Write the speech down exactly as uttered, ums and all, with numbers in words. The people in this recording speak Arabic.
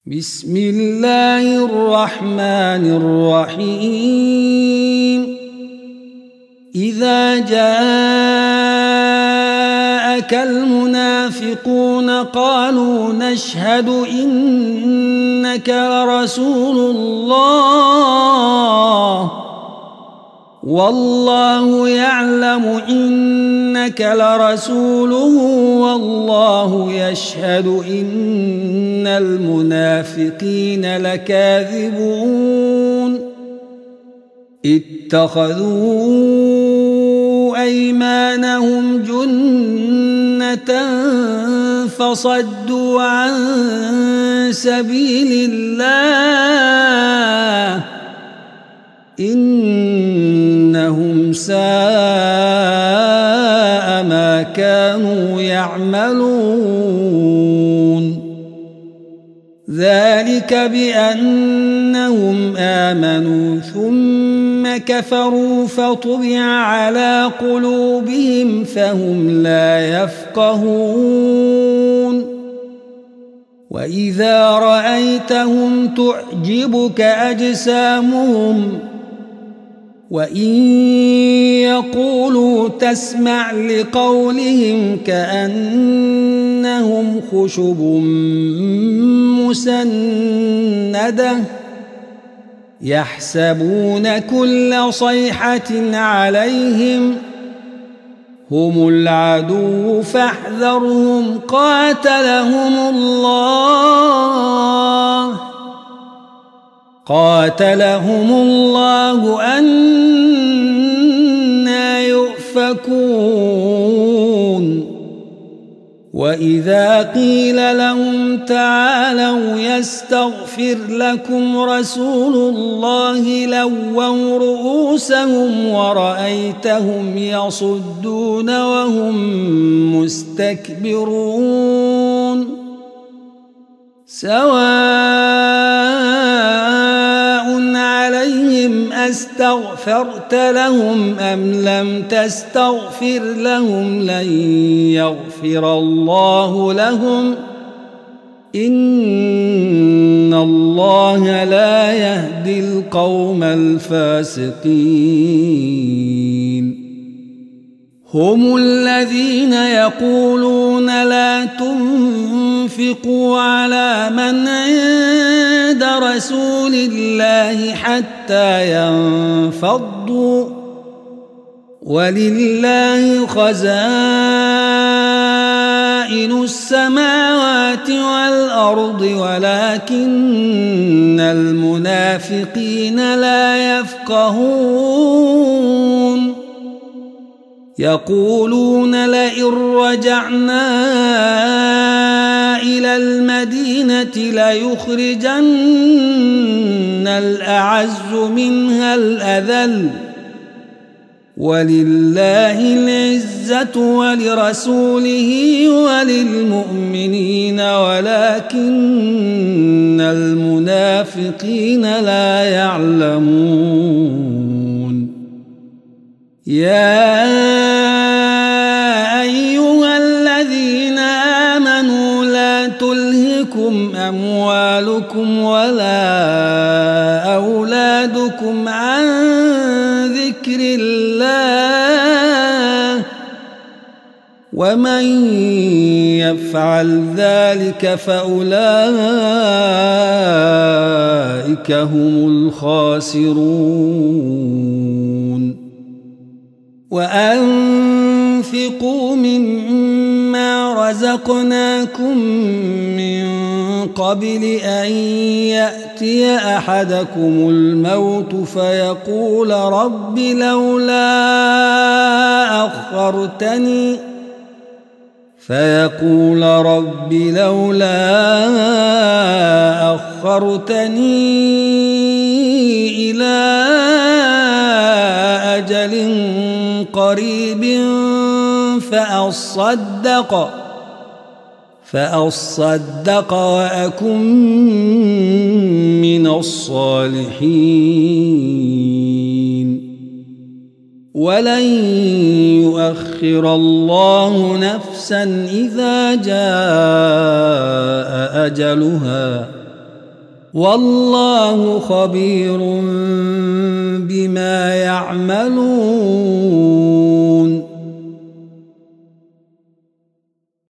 بسم الله الرحمن الرحيم إذا جاءك المنافقون قالوا نشهد إنك لرسول الله والله يعلم إنك لرسوله والله يشهد إن المنافقين لكاذبون اتخذوا أيمانهم جنة فصدوا عن سبيل الله إنهم ساء ما كانوا يعملون ذلك بأنهم آمنوا ثم كفروا فطبع على قلوبهم فهم لا يفقهون وإذا رأيتهم تعجبك أجسامهم وإن يقولوا تسمع لقولهم كأنهم خشب مسندة يحسبون كل صيحة عليهم هم العدو فاحذرهم قاتلهم الله قاتلهم الله أنى يؤفكون وإذا قيل لهم تعالوا يستغفر لكم رسول الله لووا رؤوسهم ورأيتهم يصدون وهم مستكبرون سواء عليهم أستغفرت لهم أم لم تستغفر لهم لن يغفر الله لهم إن الله لا يهدي القوم الفاسقين هم الذين يقولون لا تنفقوا على من عند رسول الله حتى ينفضوا ولله خزائن السماوات والأرض ولكن المنافقين لا يفقهون يقولون لئن رجعنا إلى المدينة ليخرجن الأعز منها الأذل ولله العزة ولرسوله وللمؤمنين ولكن المنافقين لا يعلمون يا أيها الذين آمنوا لا تلهكم أموالكم ولا أولادكم عن ذكر الله ومن يفعل ذلك فأولئك هم الخاسرون وأنفقوا مما رزقناكم من قبل أن يأتي أحدكم الموت فيقول رب لولا أخرتني فيقول رب لولا أخرتني إلى أجل قريب فأصدق فأصدق وأكن من الصالحين ولن يؤخر الله نفسا إذا جاء أجلها والله خبير بما يعملون